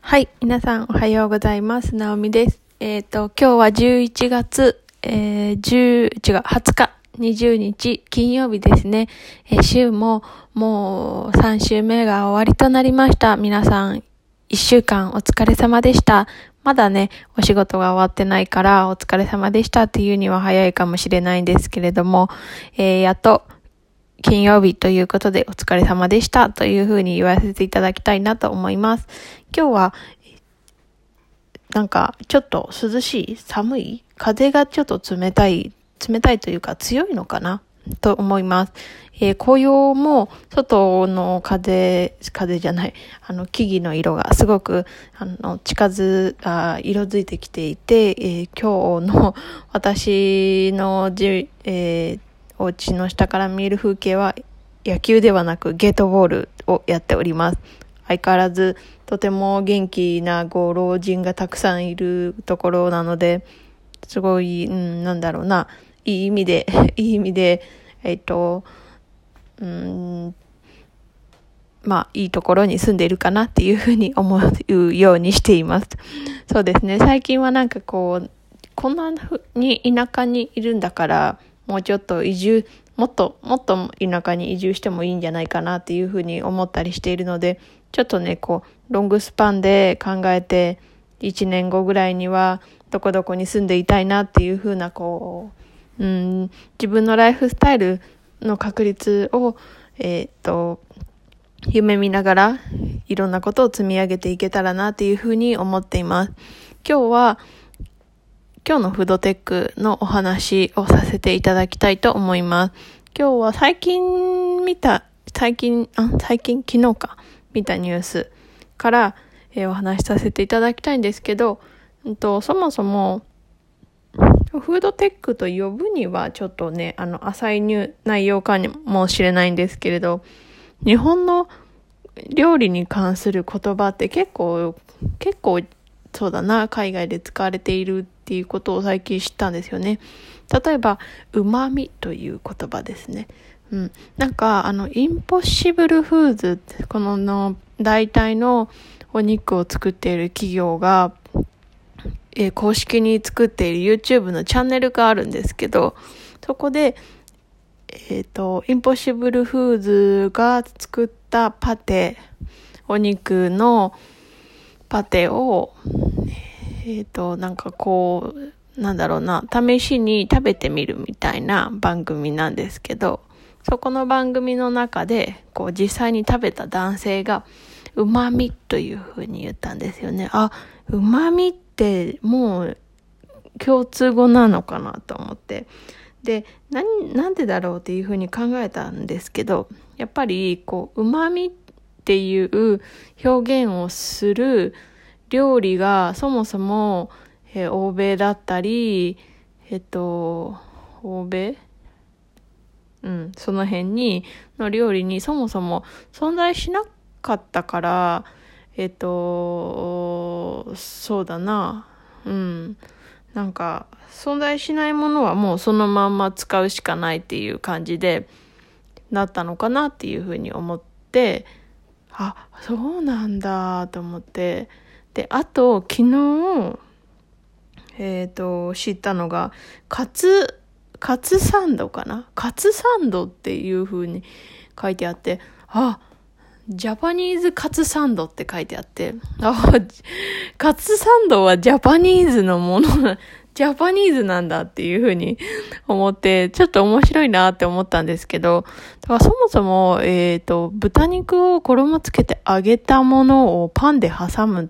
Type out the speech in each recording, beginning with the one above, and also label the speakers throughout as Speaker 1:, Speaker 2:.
Speaker 1: はい、皆さんおはようございます。なおみです。今日は11月、20日、20日、金曜日ですね。週ももう3週目が終わりとなりました。皆さん、1週間お疲れ様でした。まだね、お仕事が終わってないから、お疲れ様でしたっていうには早いかもしれないんですけれども、やっと、金曜日ということでお疲れ様でしたというふうに言わせていただきたいなと思います。今日はなんかちょっと涼しい、寒い、風がちょっと冷たいというか強いのかなと思います。紅葉も外の風じゃない、木々の色がすごく色づいてきていて、今日の私のお家の下から見える風景は野球ではなくゲートボールをやっております。相変わらずとても元気なご老人がたくさんいるところなので、すごい、なんだろうな、いい意味で、いいところに住んでいるかなっていうふうに思うようにしています。そうですね、最近はなんかこんなふうに田舎にいるんだから、もうちょっともっと田舎に移住してもいいんじゃないかなっていうふうに思ったりしているので、ちょっとね、ロングスパンで考えて、1年後ぐらいにはどこどこに住んでいたいなっていうふうな、自分のライフスタイルの確立を、夢見ながらいろんなことを積み上げていけたらなっていうふうに思っています。今日のフードテックのお話をさせていただきたいと思います。今日は昨日か見たニュースから、お話しさせていただきたいんですけど、そもそもフードテックと呼ぶにはちょっとね、浅い内容かもしれないんですけれど、日本の料理に関する言葉って結構そうだな、海外で使われているっていうことを最近知ったんですよね。例えば、旨味という言葉ですね。なんか、インポッシブルフーズって、この代替のお肉を作っている企業が、公式に作っている YouTube のチャンネルがあるんですけど、そこで、インポッシブルフーズが作ったお肉のパテを、試しに食べてみるみたいな番組なんですけど、そこの番組の中で、実際に食べた男性が、旨味というふうに言ったんですよね。旨味ってもう共通語なのかなと思って。で、なんでだろうっていうふうに考えたんですけど、やっぱり、旨味っていう表現をする料理がそもそも、欧米だったり、欧米その辺の料理にそもそも存在しなかったから、そうだな、なんか、存在しないものはもうそのまんま使うしかないっていう感じでなったのかなっていうふうに思って、そうなんだと思って、で、あと、昨日、知ったのが、カツサンドかな？カツサンドっていう風に書いてあって、ジャパニーズカツサンドって書いてあって、カツサンドはジャパニーズのもの、ジャパニーズなんだっていう風に思って、ちょっと面白いなって思ったんですけど、だからそもそも、豚肉を衣つけて揚げたものをパンで挟むって、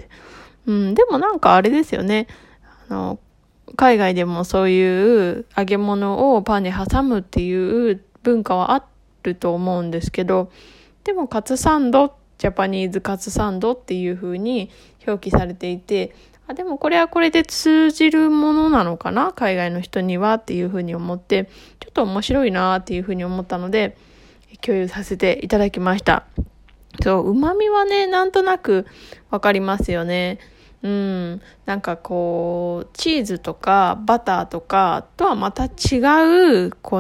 Speaker 1: でもなんかあれですよね。海外でもそういう揚げ物をパンに挟むっていう文化はあると思うんですけど、でもジャパニーズカツサンドっていう風に表記されていて、でもこれはこれで通じるものなのかな、海外の人にはっていう風に思って、ちょっと面白いなっていう風に思ったので、共有させていただきました。そう、旨味はね、なんとなくわかりますよね。なんかチーズとかバターとかとはまた違う、こ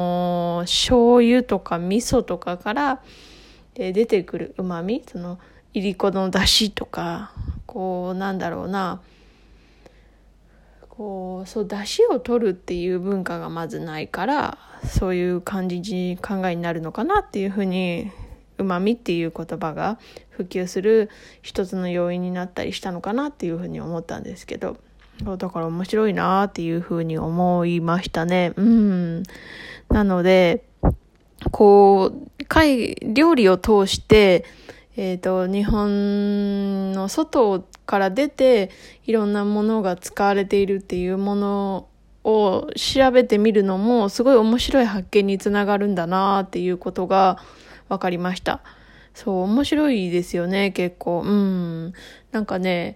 Speaker 1: の醤油とか味噌とかから出てくる旨味、そのいりこの出汁とか、なんだろうな、そう出汁を取るっていう文化がまずないから、そういう考えになるのかなっていうふうに、うまみっていう言葉が普及する一つの要因になったりしたのかなっていうふうに思ったんですけど、だから面白いなっていうふうに思いましたね。なので、料理を通して、日本の外から出ていろんなものが使われているっていうものを調べてみるのもすごい面白い発見につながるんだなっていうことが分かりました。そう、面白いですよね、結構。なんかね、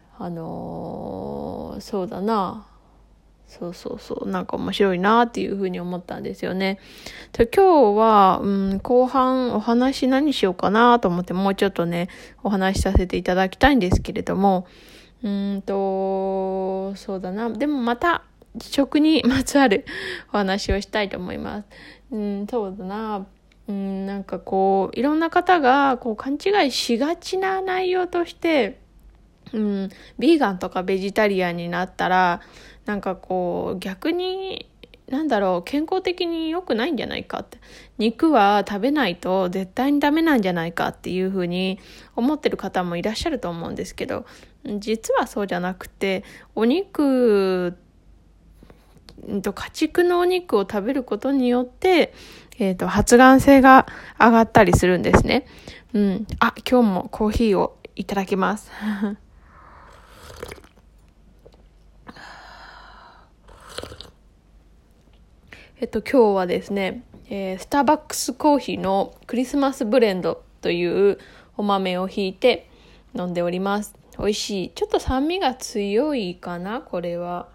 Speaker 1: そうだな。そう、なんか面白いなっていうふうに思ったんですよね。で、今日は、後半お話何しようかなと思ってもうちょっとね、お話しさせていただきたいんですけれども、そうだな。でもまた、食にまつわるお話をしたいと思います。そうだな。なんかいろんな方が勘違いしがちな内容として、ビーガンとかベジタリアンになったら、なんか逆に、健康的に良くないんじゃないかって。肉は食べないと絶対にダメなんじゃないかっていうふうに思ってる方もいらっしゃると思うんですけど、実はそうじゃなくて、お肉家畜のお肉を食べることによって、発がん性が上がったりするんですね。今日もコーヒーをいただきます。今日はですね、スターバックスコーヒーのクリスマスブレンドというお豆をひいて飲んでおります。美味しい。ちょっと酸味が強いかな、これは。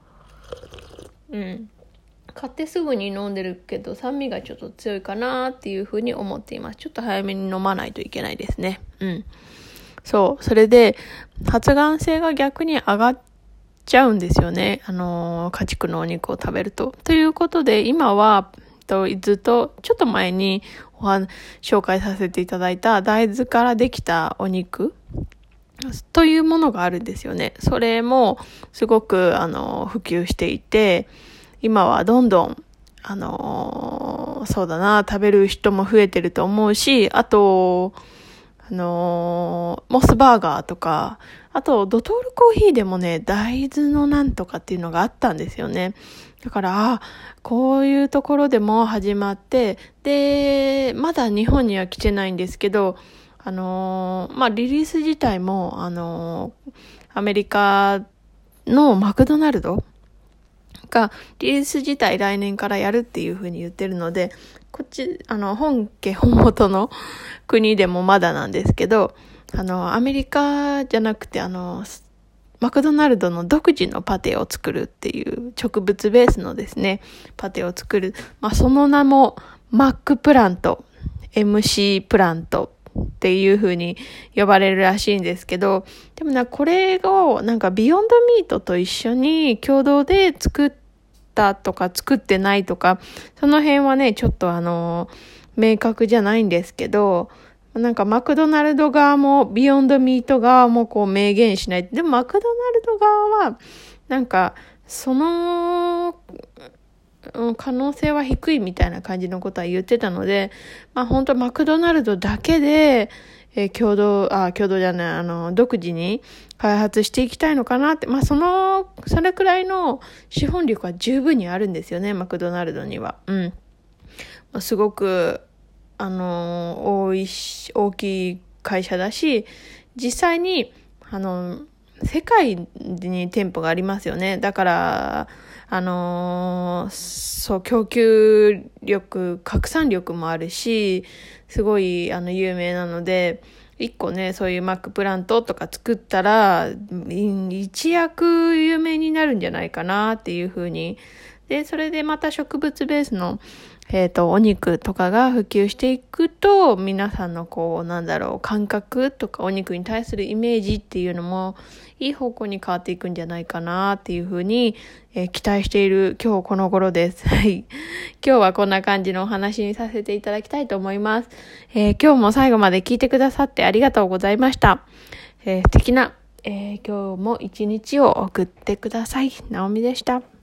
Speaker 1: 買ってすぐに飲んでるけど酸味がちょっと強いかなっていうふうに思っています。ちょっと早めに飲まないといけないですね。それで発がん性が逆に上がっちゃうんですよね。家畜のお肉を食べると。ということで今はずっとちょっと前に紹介させていただいた大豆からできたお肉というものがあるんですよね。それもすごく普及していて、今はどんどんそうだな、食べる人も増えてると思うし、あとモスバーガーとか、あとドトールコーヒーでもね、大豆のなんとかっていうのがあったんですよね。だからこういうところでも始まって、でまだ日本には来てないんですけど、リリース自体もアメリカのマクドナルドがリリース自体来年からやるっていう風に言ってるので、こっち本元の国でもまだなんですけど、アメリカじゃなくてマクドナルドの独自のパテを作るっていう植物ベースのですねパテを作る、その名もマックプラント MC プラントっていう風に呼ばれるらしいんですけど、でもこれをビヨンドミートと一緒に共同で作ったとか作ってないとか、その辺はねちょっと明確じゃないんですけど、マクドナルド側もビヨンドミート側も明言しない。でもマクドナルド側はその可能性は低いみたいな感じのことは言ってたので、本当マクドナルドだけで、独自に開発していきたいのかなって、それくらいの資本力は十分にあるんですよね、マクドナルドには。すごく、大きい会社だし、実際に、世界に店舗がありますよね。だから、供給力、拡散力もあるし、すごい、有名なので、一個ね、そういうマックプラントとか作ったら、一躍有名になるんじゃないかなっていうふうに。で、それでまた植物ベースの、 お肉とかが普及していくと、皆さんの感覚とかお肉に対するイメージっていうのもいい方向に変わっていくんじゃないかなっていうふうに、期待している今日この頃です。はい。今日はこんな感じのお話にさせていただきたいと思います。今日も最後まで聞いてくださってありがとうございました。素敵な、今日も一日を送ってください。なおみでした。